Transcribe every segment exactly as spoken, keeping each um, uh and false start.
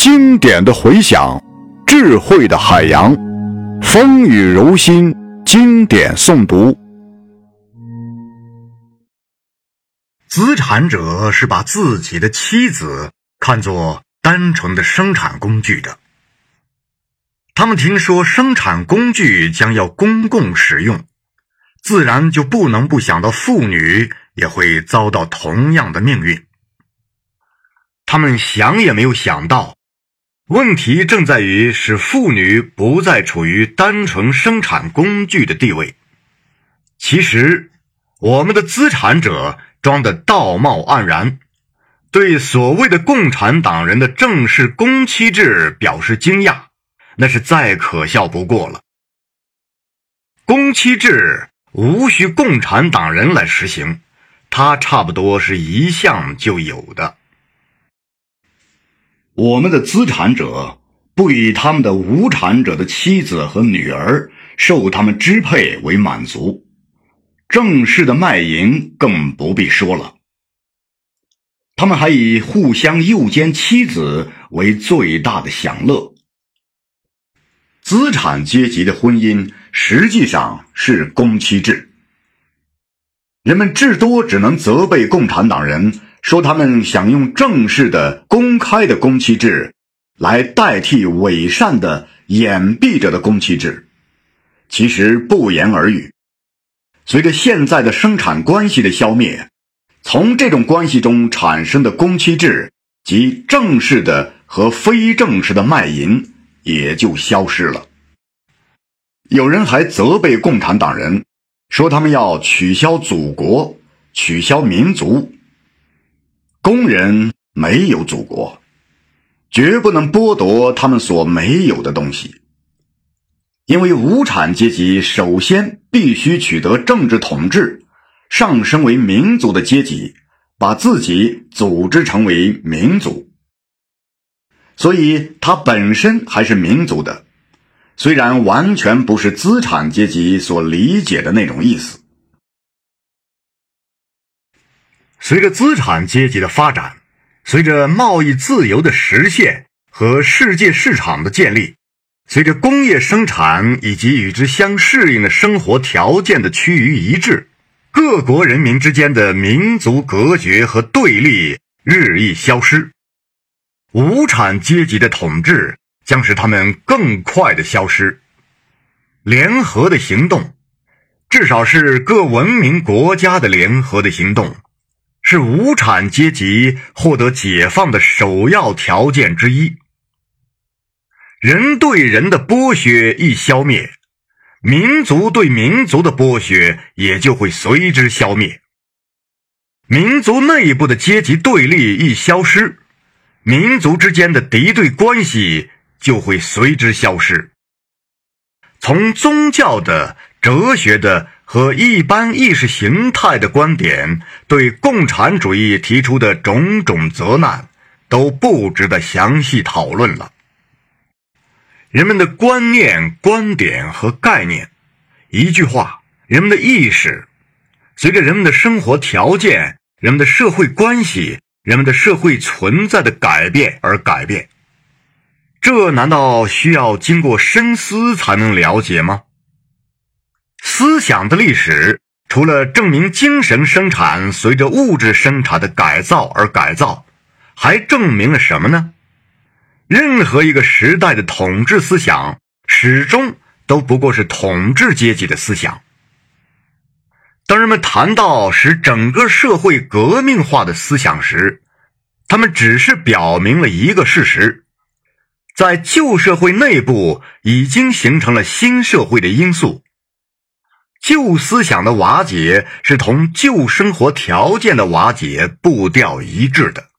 经典的回响，智慧的海洋，风雨柔心，经典诵读。 资产者是把自己的妻子看作单纯的生产工具的。他们听说生产工具将要公共使用，自然就不能不想到妇女也会遭到同样的命运。他们想也没有想到，问题正在于使妇女不再处于单纯生产工具的地位。其实，我们的资产者装得道貌岸然，对所谓的共产党人的正式公妻制表示惊讶，那是再可笑不过了。公妻制无需共产党人来实行，它差不多是一向就有的。 我们的资产者不以他们的无产者的妻子和女儿受他们支配为满足，正式的卖淫更不必说了。他们还以互相诱奸妻子为最大的享乐。资产阶级的婚姻实际上是公妻制。人们至多只能责备共产党人，说他们想用正式的公开的公妻制来代替伪善的掩蔽着的公妻制。其实不言而喻，随着现在的生产关系的消灭，从这种关系中产生的公妻制及正式的和非正式的卖淫也就消失了。有人还责备共产党人，说他们要取消祖国，取消民族。工人没有祖国，绝不能剥夺他们所没有的东西。因为无产阶级首先必须取得政治统治，上升为民族的阶级，把自己组织成为民族。所以它本身还是民族的，虽然完全不是资产阶级所理解的那种意思。 随着资产阶级的发展，随着贸易自由的实现和世界市场的建立，随着工业生产以及与之相适应的生活条件的趋于一致，各国人民之间的民族隔绝和对立日益消失。无产阶级的统治将使他们更快的消失。联合的行动，至少是各文明国家的联合的行动，是无产阶级获得解放的首要条件之一。人对人的剥削一消灭，民族对民族的剥削也就会随之消灭。民族内部的阶级对立一消失，民族之间的敌对关系就会随之消失。从宗教的、哲学的和一般意识形态的观点对共产主义提出的种种责难，都不值得详细讨论了。人们的观念、观点和概念，一句话，人们的意识，随着人们的生活条件、人们的社会关系、人们的社会存在的改变而改变。这难道需要经过深思才能了解吗？思想的历史，除了证明精神生产随着物质生产的改造而改造，还证明了什么呢？任何一个时代的统治思想，始终都不过是统治阶级的思想。当人们谈到使整个社会革命化的思想时，他们只是表明了一个事实：在旧社会内部已经形成了新社会的因素，旧思想的瓦解是同旧生活条件的瓦解步调一致的。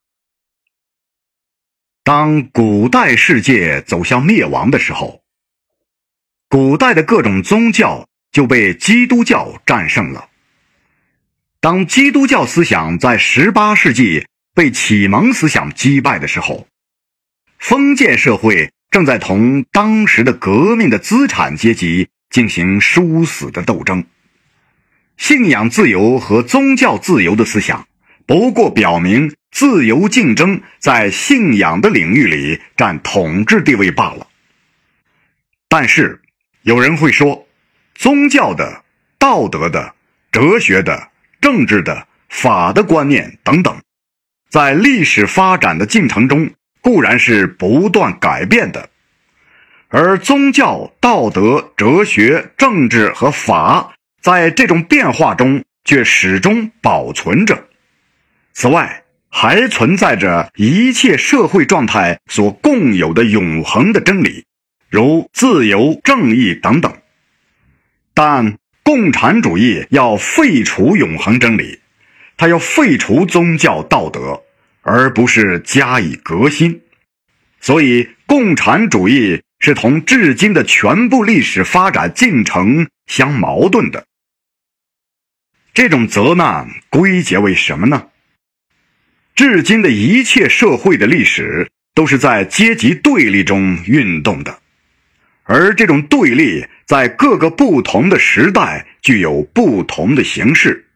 当古代世界走向灭亡的时候，古代的各种宗教就被基督教战胜了。当基督教思想在十八世纪被启蒙思想击败的时候，封建社会正在同当时的革命的资产阶级进行殊死的斗争。信仰自由和宗教自由的思想不过表明自由竞争在信仰的领域里占统治地位罢了。但是有人会说，宗教的、道德的、哲学的、政治的、法的观念等等，在历史发展的进程中固然是不断改变的，而宗教、道德、哲学、政治和法在这种变化中却始终保存着。此外，还存在着一切社会状态所共有的永恒的真理，如自由、正义等等。但共产主义要废除永恒真理，它要废除宗教道德，而不是加以革新。所以共产主义是同至今的全部历史发展进程相矛盾的。这种责难归结为什么呢？至今的一切社会的历史都是在阶级对立中运动的，而这种对立在各个不同的时代具有不同的形式。